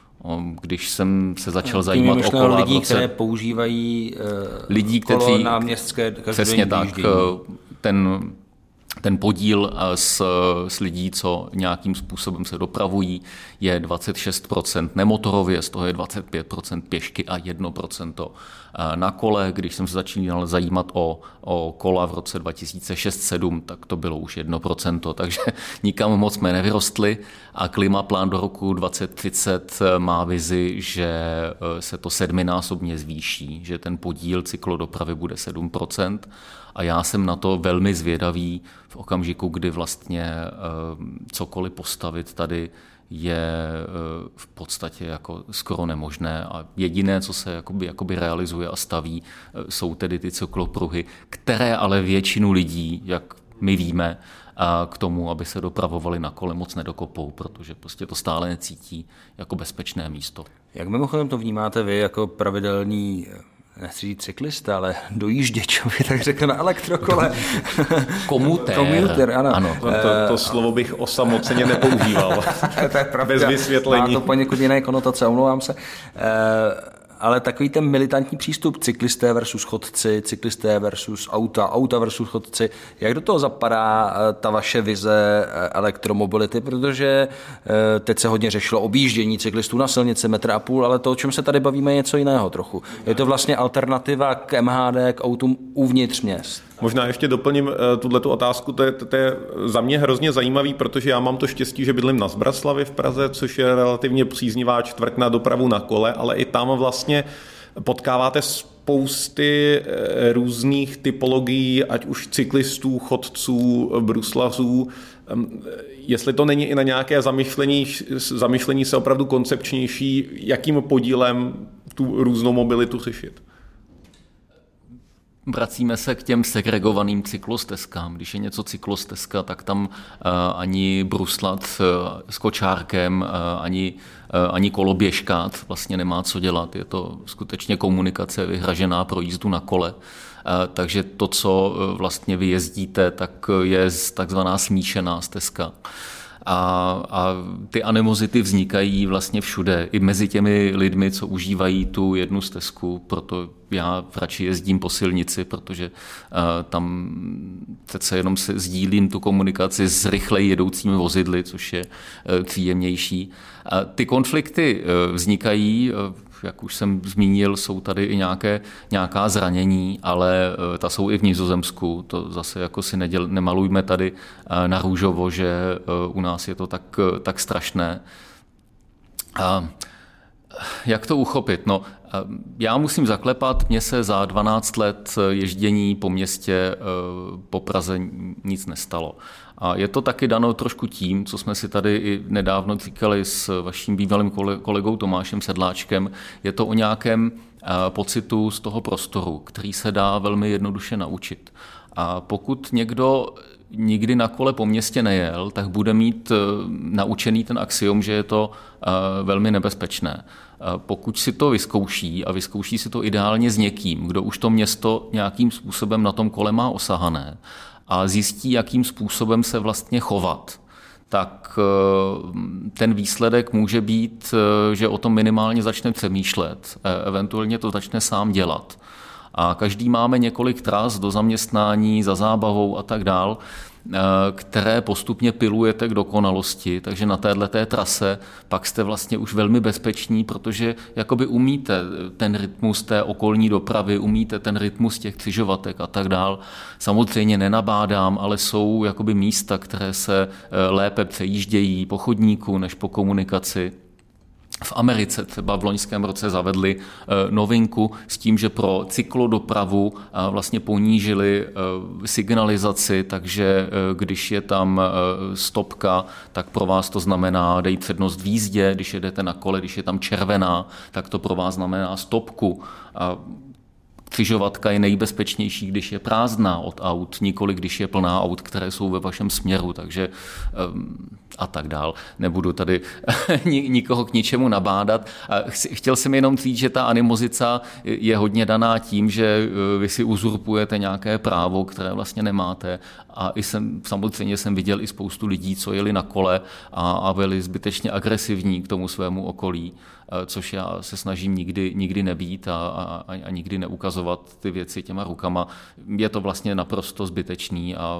Když jsem se začal zajímat o kola... Lidí, které používají lidí, kolo kteří, na městské každodenní přesně tak, výjíždění. ten, ten podíl z, z lidí, co nějakým způsobem se dopravují, je dvacet šest procent nemotorově, z toho je dvacet pět procent pěšky a jedno procento na kole. Když jsem se začal zajímat o, o kola v roce dva tisíce šest sedm, tak to bylo už jedno procento, takže nikam moc jsme nevyrostli a klimaplán do roku dvacet třicet má vizi, že se to sedminásobně zvýší, že ten podíl cyklodopravy bude sedm procent a já jsem na to velmi zvědavý v okamžiku, kdy vlastně cokoliv postavit tady je v podstatě jako skoro nemožné a jediné, co se jakoby, jakoby realizuje a staví, jsou tedy ty cyklopruhy, které ale většinu lidí, jak my víme, k tomu, aby se dopravovali na kole, moc nedokopou, protože prostě to stále necítí jako bezpečné místo. Jak mimochodem to vnímáte vy jako pravidelný, nechci říct cyklista, ale dojížděčovi, tak řekneme elektrokole. Komutér. Komutér, ano. ano. To, to, to slovo bych osamoceně nepoužíval. To je pravda. Bez vysvětlení. Má to poněkud jiné konotace, omlouvám se. E, ale takový ten militantní přístup, cyklisté versus chodci, cyklisté versus auta, auta versus chodci, jak do toho zapadá ta vaše vize elektromobility, protože teď se hodně řešilo objíždění cyklistů na silnici metr a půl, ale to, o čem se tady bavíme, je něco jiného trochu. Je to vlastně alternativa k M H D, k autům uvnitř měst. Možná ještě doplním tuhletu otázku, to je, to je za mě hrozně zajímavý, protože já mám to štěstí, že bydlím na Zbraslavi v Praze, což je relativně příznivá čtvrť na dopravu na kole, ale i tam vlastně potkáváte spousty různých typologií, ať už cyklistů, chodců, bruslařů. Jestli to není i na nějaké zamyšlení, zamyšlení se opravdu koncepčnější, jakým podílem tu různou mobilitu řešit? Vracíme se k těm segregovaným cyklostezkám. Když je něco cyklostezka, tak tam uh, ani bruslat uh, s kočárkem, uh, ani, uh, ani koloběžkát vlastně nemá co dělat. Je to skutečně komunikace vyhražená pro jízdu na kole. Uh, takže to, co uh, vlastně vy jezdíte, tak je takzvaná smíšená stezka. A, a ty animozity vznikají vlastně všude, i mezi těmi lidmi, co užívají tu jednu stezku, proto já radši jezdím po silnici, protože uh, tam přece jenom se sdílím tu komunikaci s rychleji jedoucími vozidly, což je uh, příjemnější. A ty konflikty uh, vznikají, uh, jak už jsem zmínil, jsou tady i nějaké, nějaká zranění, ale uh, ta jsou i v Nizozemsku. To zase jako si neděl, nemalujme tady uh, na růžovo, že uh, u nás je to tak, uh, tak strašné. A jak to uchopit? No, já musím zaklepat, mně se za dvanáct let ježdění po městě, po Praze nic nestalo. A je to taky dano trošku tím, co jsme si tady i nedávno říkali s vaším bývalým kolegou Tomášem Sedláčkem, je to o nějakém pocitu z toho prostoru, který se dá velmi jednoduše naučit. A pokud někdo nikdy na kole po městě nejel, tak bude mít naučený ten axiom, že je to velmi nebezpečné. Pokud si to vyzkouší a vyzkouší si to ideálně s někým, kdo už to město nějakým způsobem na tom kole má osahané a zjistí, jakým způsobem se vlastně chovat, tak ten výsledek může být, že o tom minimálně začne přemýšlet, eventuálně to začne sám dělat. A každý máme několik tras do zaměstnání, za zábavou a tak dál, které postupně pilujete k dokonalosti, takže na téhleté trase pak jste vlastně už velmi bezpeční, protože jakoby umíte ten rytmus té okolní dopravy, umíte ten rytmus těch křižovatek a tak dál. Samozřejmě nenabádám, ale jsou jakoby místa, které se lépe přejíždějí po chodníku než po komunikaci. V Americe třeba v loňském roce zavedli novinku s tím, že pro cyklodopravu vlastně ponížili signalizaci, takže když je tam stopka, tak pro vás to znamená dej přednost v jízdě, když jedete na kole, když je tam červená, tak to pro vás znamená stopku. Křižovatka je nejbezpečnější, když je prázdná od aut, nikoli když je plná aut, které jsou ve vašem směru, takže a tak dál. Nebudu tady nikoho k ničemu nabádat. Chtěl jsem jenom říct, že ta animozita je hodně daná tím, že vy si uzurpujete nějaké právo, které vlastně nemáte. A i jsem, samozřejmě jsem viděl i spoustu lidí, co jeli na kole a, a byli zbytečně agresivní k tomu svému okolí, což já se snažím nikdy, nikdy nebýt a, a, a nikdy neukazovat ty věci těma rukama. Je to vlastně naprosto zbytečný a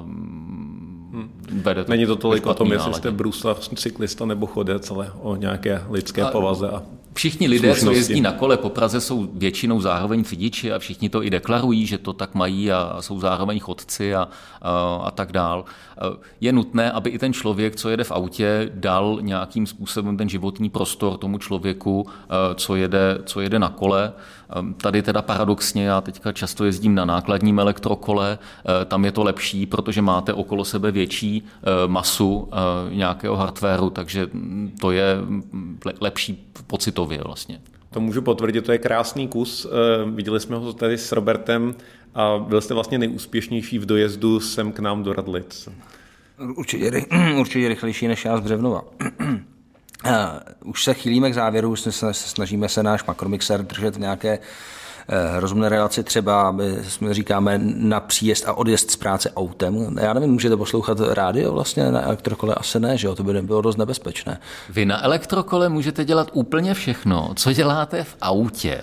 vede to. Není to tolik o tom, jestli jste bruslař, cyklista nebo chodec, ale o nějaké lidské a povaze. A všichni lidé, co jezdí na kole po Praze, jsou většinou zároveň řidiči a všichni to i deklarují, že to tak mají a jsou zároveň chodci a, a, a tak dál. Je nutné, aby i ten člověk, co jede v autě, dal nějakým způsobem ten životní prostor tomu člověku, co jede, co jede na kole. Tady teda paradoxně, já teďka často jezdím na nákladním elektrokole, tam je to lepší, protože máte okolo sebe větší masu nějakého hardwaru, takže to je lepší pocitově vlastně. To můžu potvrdit, to je krásný kus. Viděli jsme ho tady s Robertem a byl jste vlastně nejúspěšnější v dojezdu sem k nám do Radlic. Určitě, určitě rychlejší než já z Břevnova. Už se chýlíme k závěru, snažíme se náš makromixer držet v nějaké rozumné relaci, třeba jsme říkáme na příjezd a odjezd z práce autem. Já nevím, můžete poslouchat rádio vlastně na elektrokole? Asi ne, že jo? To by bylo dost nebezpečné. Vy na elektrokole můžete dělat úplně všechno, co děláte v autě.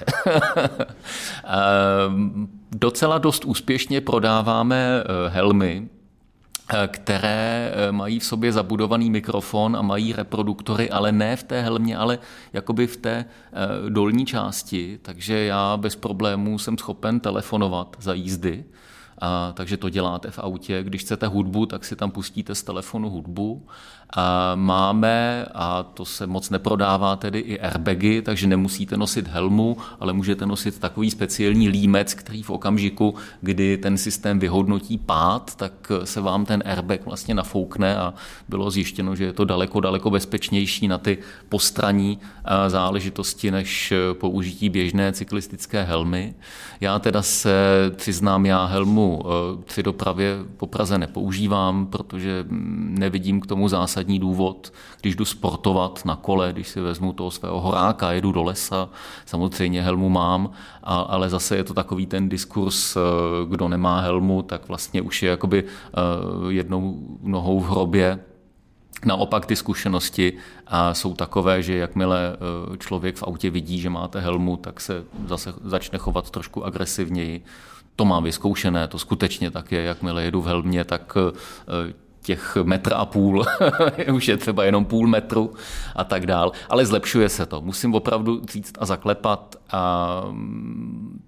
Docela dost úspěšně prodáváme helmy, které mají v sobě zabudovaný mikrofon a mají reproduktory, ale ne v té helmě, ale jakoby v té dolní části, takže já bez problémů jsem schopen telefonovat za jízdy. A, takže to děláte v autě. Když chcete hudbu, tak si tam pustíte z telefonu hudbu. A máme, a to se moc neprodává, tedy i airbagy, takže nemusíte nosit helmu, ale můžete nosit takový speciální límec, který v okamžiku, kdy ten systém vyhodnotí pád, tak se vám ten airbag vlastně nafoukne a bylo zjištěno, že je to daleko, daleko bezpečnější na ty postranní záležitosti, než použití běžné cyklistické helmy. Já teda se přiznám, já helmu při dopravě po Praze nepoužívám, protože nevidím k tomu zásadní důvod. Když jdu sportovat na kole, když si vezmu toho svého horáka, jedu do lesa, samozřejmě helmu mám, ale zase je to takový ten diskurs, kdo nemá helmu, tak vlastně už je jakoby jednou nohou v hrobě. Naopak ty zkušenosti jsou takové, že jakmile člověk v autě vidí, že máte helmu, tak se zase začne chovat trošku agresivněji. To mám vyzkoušené, to skutečně tak je, jakmile jedu v helmě, tak těch metr a půl, už je třeba jenom půl metru a tak dál, ale zlepšuje se to. Musím opravdu říct a zaklepat, a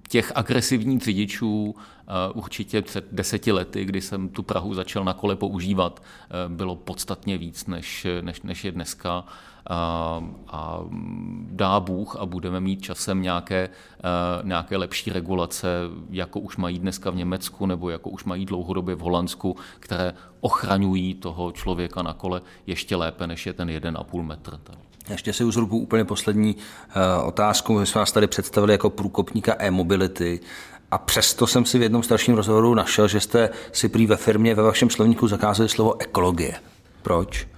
těch agresivních řidičů určitě před deseti lety, kdy jsem tu Prahu začal na kole používat, bylo podstatně víc, než, než, než je dneska. A, a dá Bůh a budeme mít časem nějaké, nějaké lepší regulace, jako už mají dneska v Německu nebo jako už mají dlouhodobě v Holandsku, které ochraňují toho člověka na kole ještě lépe, než je ten jeden a půl metr. Ještě si uzrubu úplně poslední otázku. My jsme vás tady představili jako průkopníka e-mobility a přesto jsem si v jednom starším rozhovoru našel, že jste si prý ve firmě, ve vašem slovníku zakázali slovo ekologie. Proč?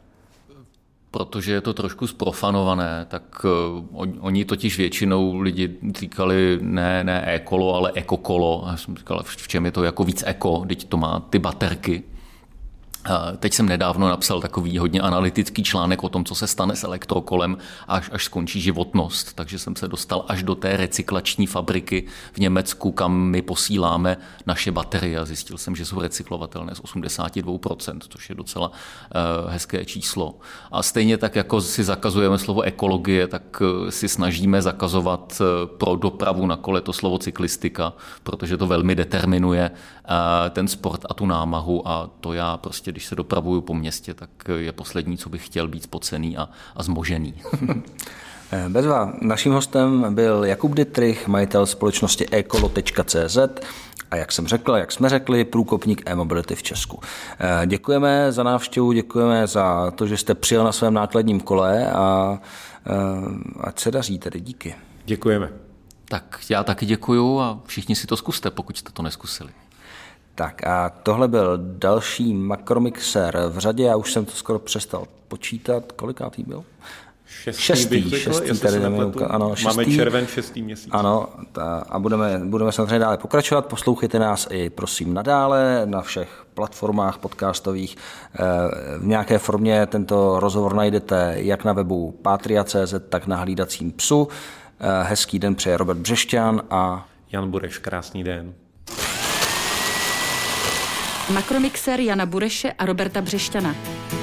Protože je to trošku zprofanované, tak uh, oni totiž většinou lidi říkali ne, ne ekolo, ale ekokolo. A já jsem říkal, v čem je to jako víc eko, teď to má ty baterky. Teď jsem nedávno napsal takový hodně analytický článek o tom, co se stane s elektrokolem, až, až skončí životnost. Takže jsem se dostal až do té recyklační fabriky v Německu, kam my posíláme naše baterie. A zjistil jsem, že jsou recyklovatelné z osmdesát dva procent, což je docela uh, hezké číslo. A stejně tak, jako si zakazujeme slovo ekologie, tak uh, si snažíme zakazovat uh, pro dopravu na kole to slovo cyklistika, protože to velmi determinuje uh, ten sport a tu námahu a to já prostě když se dopravuju po městě, tak je poslední, co bych chtěl, být spocený a, a zmožený. Bezva, naším hostem byl Jakub Dittrich, majitel společnosti ekolo tečka cé zet a jak jsem řekl, jak jsme řekli, průkopník e-mobility v Česku. Děkujeme za návštěvu, děkujeme za to, že jste přijel na svém nákladním kole a ať se daří tedy. Díky. Děkujeme. Tak já taky děkuju a všichni si to zkuste, pokud jste to neskusili. Tak a tohle byl další Makromixer v řadě, já už jsem to skoro přestal počítat. Kolikátý byl? Šestý, šestý, řekl, šestý tady nepletu, ano, šestý. Máme červen, šestý měsíc. Ano, ta, a budeme, budeme samozřejmě dále pokračovat. Poslouchejte nás i prosím nadále na všech platformách podcastových. V nějaké formě tento rozhovor najdete jak na webu patria tečka cé zet, tak na hlídacím psu. Hezký den přeje Robert Břešťan a Jan Bureš, krásný den. Makromixer Jana Bureše a Roberta Břešťana.